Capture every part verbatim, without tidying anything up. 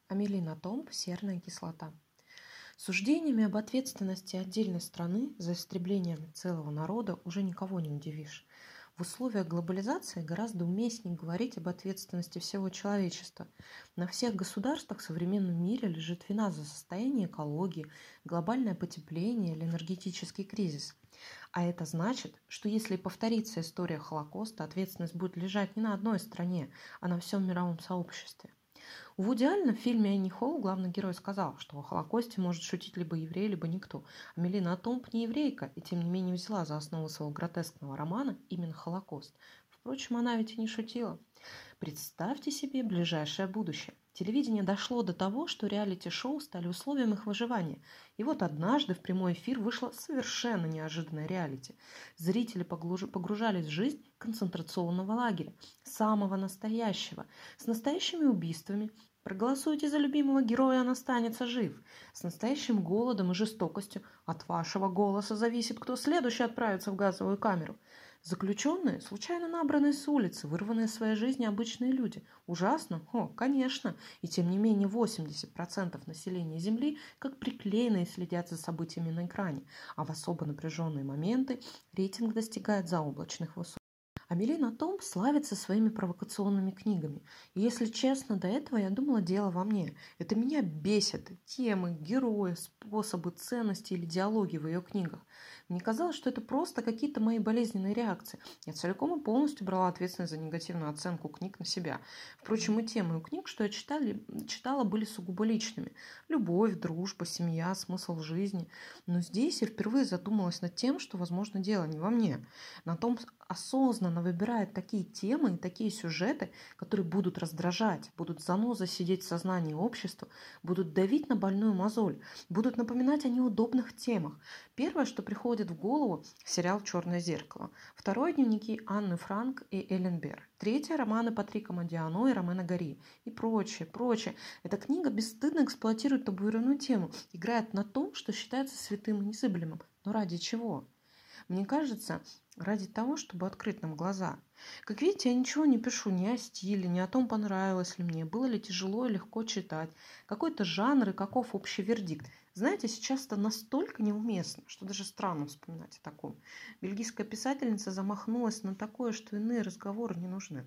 Амелина Томп «Серная кислота». Суждениями об ответственности отдельной страны за истребление целого народа уже никого не удивишь. В условиях глобализации гораздо уместнее говорить об ответственности всего человечества. На всех государствах в современном мире лежит вина за состояние экологии, глобальное потепление или энергетический кризис. А это значит, что если повторится история Холокоста, ответственность будет лежать не на одной стране, а на всем мировом сообществе. У Вуди Аллена в фильме «Энни Холл» главный герой сказал, что о Холокосте может шутить либо еврей, либо никто. А Мелина Томп не еврейка и тем не менее взяла за основу своего гротескного романа именно Холокост. Впрочем, она ведь и не шутила. Представьте себе ближайшее будущее. Телевидение дошло до того, что реалити-шоу стали условием их выживания. И вот однажды в прямой эфир вышло совершенно неожиданное реалити. Зрители погружались в жизнь концентрационного лагеря, самого настоящего, с настоящими убийствами. Проголосуйте за любимого героя, он останется жив. С настоящим голодом и жестокостью. От вашего голоса зависит, кто следующий отправится в газовую камеру. Заключенные, случайно набранные с улицы, вырванные из своей жизни обычные люди. Ужасно? О, конечно. И тем не менее восемьдесят процентов населения Земли как приклеенные следят за событиями на экране. А в особо напряженные моменты рейтинг достигает заоблачных высот. Амелина Томп славится своими провокационными книгами. И если честно, до этого я думала, дело во мне. Это меня бесит. Темы, герои, способы, ценности или диалоги в ее книгах. Мне казалось, что это просто какие-то мои болезненные реакции. Я целиком и полностью брала ответственность за негативную оценку книг на себя. Впрочем, и темы у книг, что я читали, читала, были сугубо личными. Любовь, дружба, семья, смысл жизни. Но здесь я впервые задумалась над тем, что, возможно, дело не во мне. На том осознанно выбирает такие темы и такие сюжеты, которые будут раздражать, будут занозой сидеть в сознании общества, будут давить на больную мозоль, будут напоминать о неудобных темах. Первое, что приходит в голову – сериал «Черное зеркало». Второе – дневники Анны Франк и Эллен Бер. Третье – романы Патрика Модиано и Ромена Гори. И прочее, прочее. Эта книга бесстыдно эксплуатирует табуированную тему, играет на том, что считается святым и незыблемым. Но ради чего? Мне кажется, ради того, чтобы открыть нам глаза. Как видите, я ничего не пишу ни о стиле, ни о том, понравилось ли мне, было ли тяжело и легко читать, какой-то жанр и каков общий вердикт. Знаете, сейчас это настолько неуместно, что даже странно вспоминать о таком. Бельгийская писательница замахнулась на такое, что иные разговоры не нужны.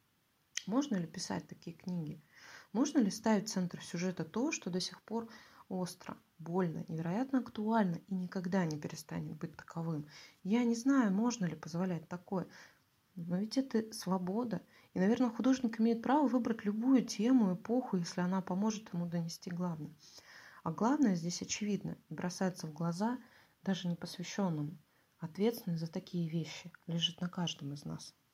Можно ли писать такие книги? Можно ли ставить в центр сюжета то, что до сих пор остро, больно, невероятно актуально и никогда не перестанет быть таковым? Я не знаю, можно ли позволять такое, но ведь это свобода. И, наверное, художник имеет право выбрать любую тему, эпоху, если она поможет ему донести главное. А главное здесь очевидно и бросается в глаза даже непосвященному. Ответственность за такие вещи лежит на каждом из нас.